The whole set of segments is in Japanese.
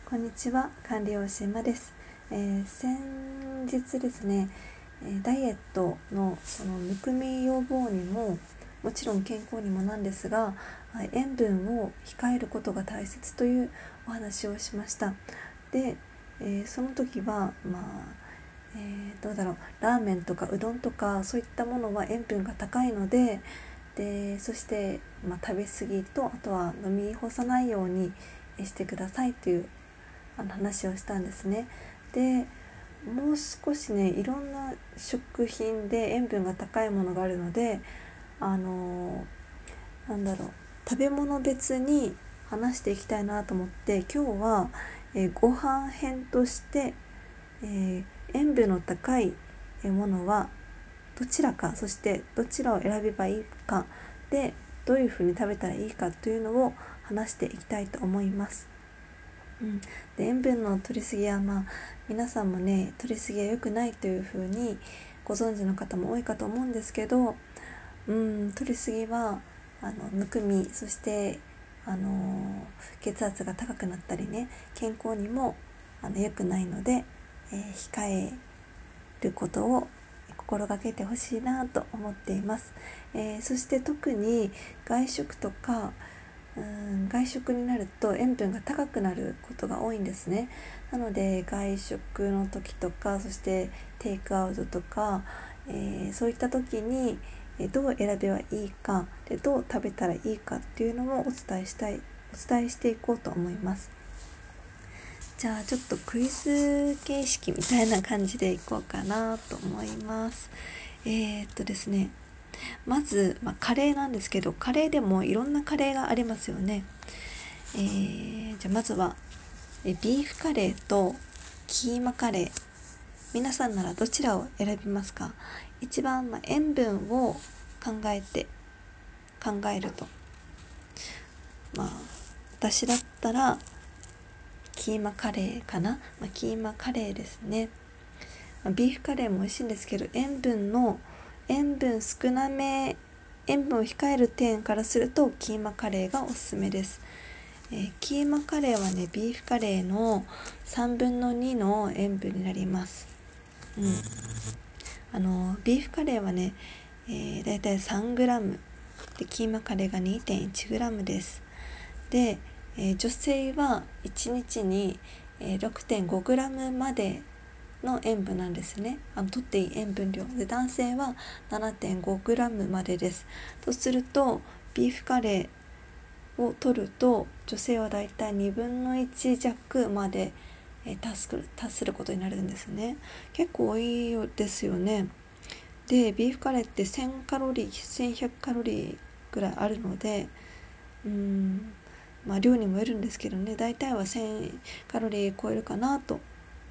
こんにちは、管理栄養士まです。先日ですね、ダイエットのそのむくみ予防にももちろん健康にもなんですが、塩分を控えることが大切というお話をしました。で、その時はラーメンとかうどんとかそういったものは塩分が高いので、そして、食べ過ぎとあとは飲み干さないようにしてくださいという話をしたんですね。で、もう少しね、いろんな食品で塩分が高いものがあるので、食べ物別に話していきたいなと思って、今日は、ご飯編として、塩分の高いものはどちらか、そしてどちらを選べばいいかで、どういうふうに食べたらいいかというのを話していきたいと思います。で、塩分の摂りすぎは皆さんもね、摂りすぎは良くないというふうにご存知の方も多いかと思うんですけど、摂りすぎはむくみ、そして血圧が高くなったりね、健康にも良くないので、控えることを心がけてほしいなと思っています。そして特に外食とか外食になると塩分が高くなることが多いんですね。なので外食の時とか、そしてテイクアウトとか、そういった時にどう選べばいいかで、どう食べたらいいかっていうのをお伝えしていこうと思います。じゃあちょっとクイズ形式みたいな感じでいこうかなと思います。ですね、まず、カレーなんですけど、カレーでもいろんなカレーがありますよね。じゃあまずはビーフカレーとキーマカレー、皆さんならどちらを選びますか？一番、塩分を考えると、私だったらキーマカレーかな。キーマカレーですね。ビーフカレーも美味しいんですけど、塩分少なめ、塩分を控える点からするとキーマカレーがおすすめです。キーマカレーはね、ビーフカレーの3分の2の塩分になります。ビーフカレーはね、だいたい 3g で、キーマカレーが 2.1g です。で、女性は1日に 6.5g までの塩分なんですね。取っていい塩分量で、男性は 7.5g までです。とするとビーフカレーを取ると、女性はだいたい1/2弱まで達することになるんですね。結構多いですよね。で、ビーフカレーって1000カロリー、1100カロリーぐらいあるので、量にもよるんですけどね、大体は1000カロリー超えるかなと。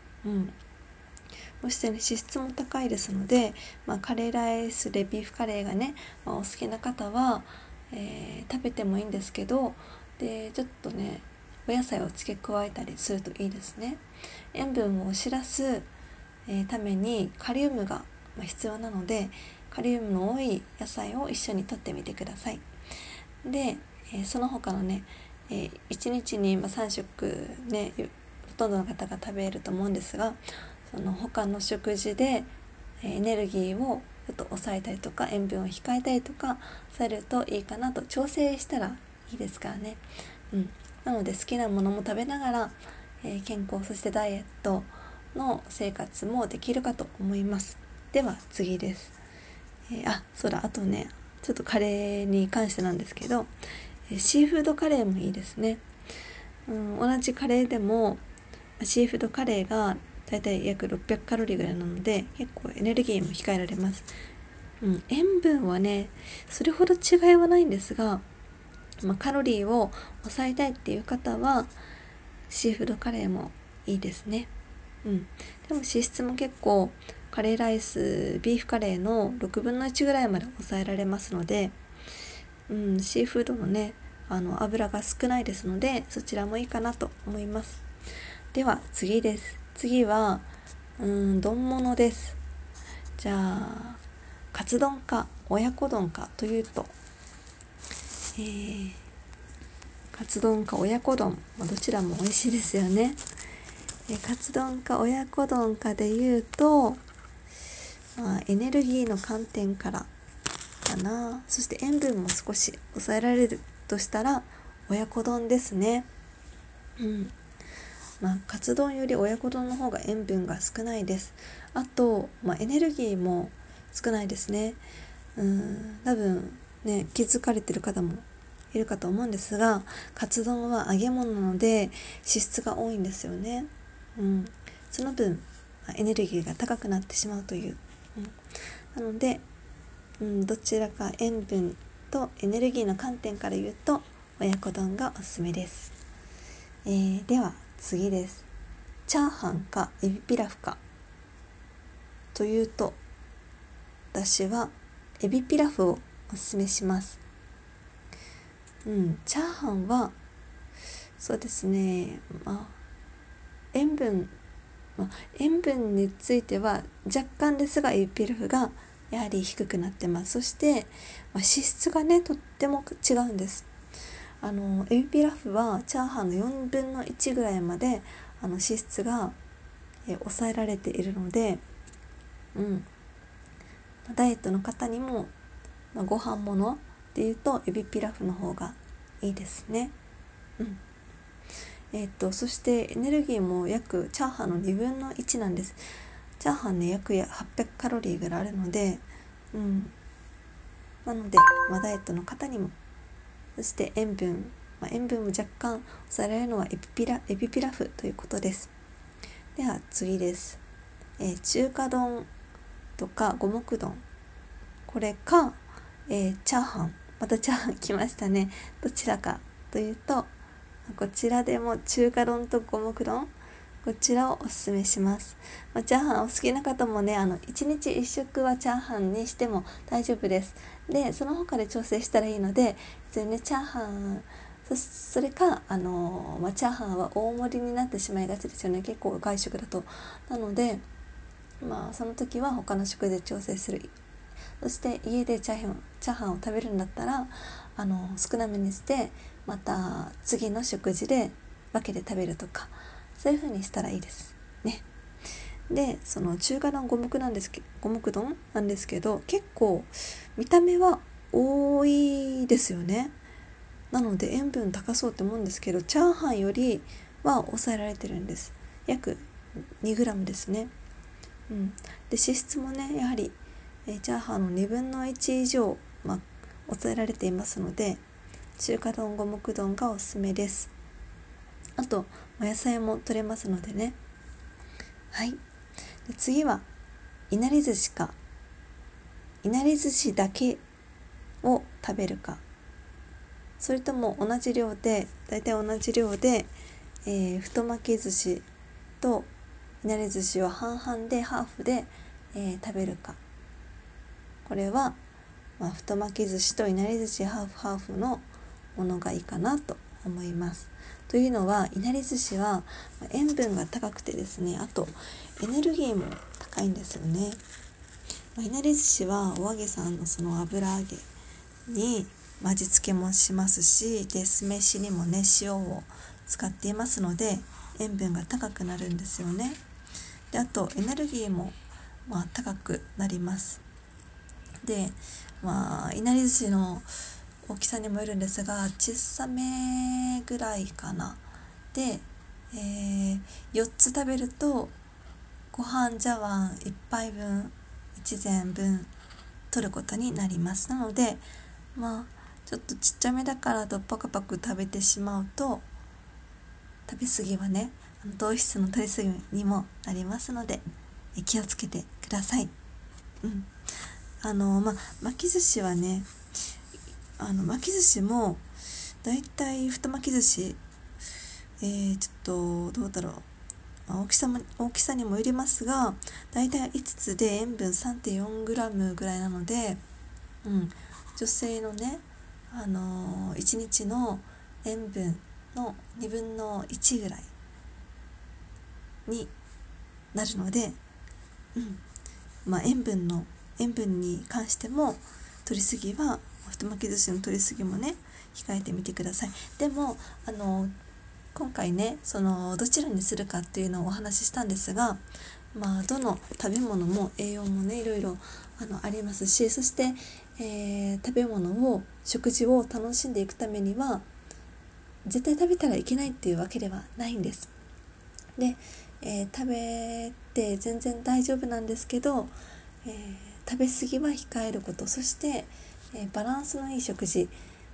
そしてね、脂質も高いですので、カレーライスでビーフカレーがね、お好きな方は、食べてもいいんですけど、でちょっとね、お野菜を付け加えたりするといいですね。塩分を知らす、ためにカリウムが必要なので、カリウムの多い野菜を一緒に摂ってみてください。で、その他のね、1日に3食ね、ほとんどの方が食べると思うんですが、その他の食事でエネルギーをちょっと抑えたりとか、塩分を控えたりとかされるといいかなと。調整したらいいですからね。なので好きなものも食べながら、健康、そしてダイエットの生活もできるかと思います。では次です。あとね、ちょっとカレーに関してなんですけど、シーフードカレーもいいですね。同じカレーでもシーフードカレーがだいたい約600カロリーぐらいなので、結構エネルギーも控えられます。塩分はね、それほど違いはないんですが、カロリーを抑えたいっていう方はシーフードカレーもいいですね。でも脂質も結構カレーライス、ビーフカレーの6分の1ぐらいまで抑えられますので、シーフードのね、油が少ないですので、そちらもいいかなと思います。では次です。次は丼物です。じゃあカツ丼か親子丼かというと、カツ丼か親子丼、どちらも美味しいですよね。 カツ丼か親子丼かで言うと、エネルギーの観点からかな。そして塩分も少し抑えられるとしたら親子丼ですね。カツ丼より親子丼の方が塩分が少ないです。あと、エネルギーも少ないですね。多分ね、気づかれてる方もいるかと思うんですが、カツ丼は揚げ物なので脂質が多いんですよね。その分エネルギーが高くなってしまうという、なので、どちらか塩分とエネルギーの観点から言うと親子丼がおすすめです。では次です。チャーハンかエビピラフかというと、私はエビピラフをおすすめします。チャーハンはそうですね、塩分については若干ですがエビピラフがやはり低くなってます。そして、脂質がねとっても違うんです。エビピラフはチャーハンの4分の1ぐらいまで脂質が、抑えられているので、ダイエットの方にも、ご飯ものでいうとエビピラフの方がいいですね。そしてエネルギーも約チャーハンの2分の1なんです。チャーハンね、約800カロリーぐらいあるので、なので、ダイエットの方にも、そして塩分も若干抑えられるのはエビピラフということです。では次です。中華丼とか五目丼、これか、チャーハン、またチャーハン来ましたね。どちらかというと、こちらでも中華丼と五目丼、こちらをおすすめします。チャーハンお好きな方もね、1日1食はチャーハンにしても大丈夫です。で、その他で調整したらいいので、普通にね、チャーハン、それか、チャーハンは大盛りになってしまいがちですよね。結構外食だと。なので、その時は他の食で調整する。そして家でチャーハンを食べるんだったら、少なめにして、また次の食事で分けて食べるとか、そういう風にしたらいいですね。で、その中華丼五目丼なんですけど、結構見た目は多いですよね。なので塩分高そうって思うんですけど、チャーハンよりは抑えられてるんです。約 2g ですね。で脂質もね、やはり、チャーハンの2分の1以上、抑えられていますので、中華丼五目丼がおすすめです。あと、野菜も取れますのでね。はい。で、次はいなり寿司か、いなり寿司だけを食べるか、それとも大体同じ量で、太巻き寿司といなり寿司を半々でハーフで、食べるか。これは、太巻き寿司といなり寿司ハーフのものがいいかなと思います。というのは、いなり寿司は塩分が高くてですね、あとエネルギーも高いんですよね。いなり寿司はお揚げさんのその油揚げに味付けもしますし、で酢飯にもね塩を使っていますので、塩分が高くなるんですよね。で、あとエネルギーも高くなります。で、いなり寿司の大きさにもよるんですが、小さめぐらいかな。で、4つ食べるとご飯茶碗1杯分、1膳分取ることになります。なので、ちょっとちっちゃめだからとパクパク食べてしまうと、食べ過ぎはね、糖質の取り過ぎにもなりますので、気をつけてください。巻き寿司はね、巻き寿司もだいたい太巻き寿司、ちょっとどうだろう、大きさにもよりますが、だいたい5つで塩分 3.4g ぐらいなので、女性のね、1日の塩分の2分の1ぐらいになるので、塩分に関しても取りすぎ太巻き寿司の取りすぎもね、控えてみてください。でも今回ねそのどちらにするかっていうのをお話ししたんですが、どの食べ物も栄養もねいろいろありますし、そして、食べ物を食事を楽しんでいくためには絶対食べたらいけないっていうわけではないんです。で、食べて全然大丈夫なんですけど、食べ過ぎは控えること、そして、バランスのいい食事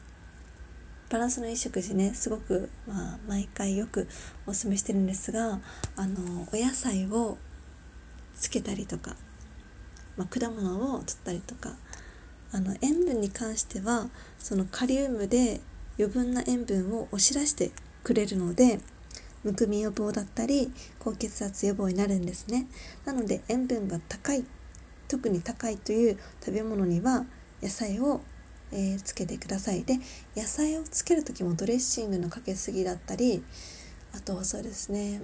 ねすごく、毎回よくお勧めしてるんですが、お野菜をつけたりとか、果物を取ったりとか、塩分に関してはそのカリウムで余分な塩分を押し出してくれるので、むくみ予防だったり高血圧予防になるんですね。なので塩分が特に高いという食べ物には野菜を、つけてください。で、野菜をつける時もドレッシングのかけすぎだったり、あとはそうですね、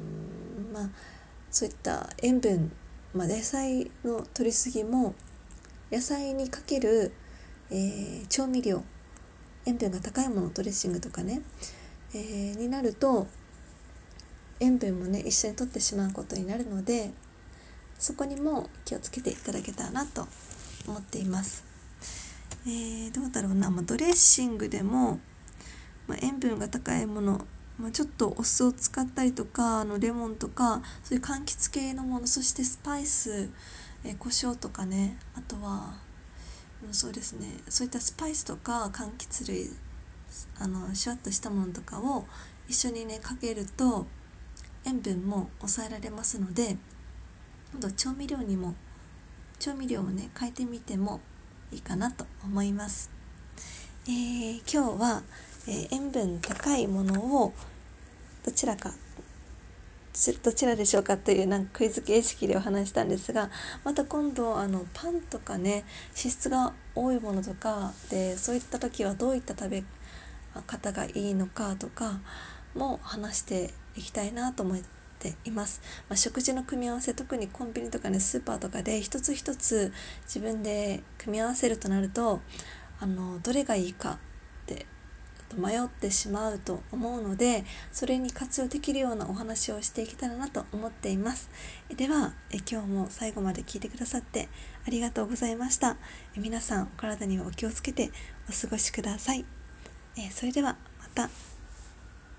そういった塩分、野菜の摂りすぎも野菜にかける、調味料、塩分が高いもの、ドレッシングとかね、になると塩分もね一緒に摂ってしまうことになるので、そこにも気をつけていただけたらなと思っています。どうだろうな、ドレッシングでも、塩分が高いもの、ちょっとお酢を使ったりとかレモンとかそういう柑橘系のもの、そしてスパイス、胡椒とかね、あとは、そうですね、そういったスパイスとか柑橘類、シュワッとしたものとかを一緒にねかけると塩分も抑えられますので、今度調味料をね変えてみてもいいかなと思います。今日は、塩分高いものをどちらでしょうかというクイズ形式でお話したんですが、また今度パンとかね脂質が多いものとかで、そういった時はどういった食べ方がいいのかとかも話していきたいなと思っています。食事の組み合わせ、特にコンビニとかねスーパーとかで一つ一つ自分で組み合わせるとなるとどれがいいかって迷ってしまうと思うので、それに活用できるようなお話をしていけたらなと思っています。では今日も最後まで聞いてくださってありがとうございました。皆さんお体にはお気をつけてお過ごしください。それではまた。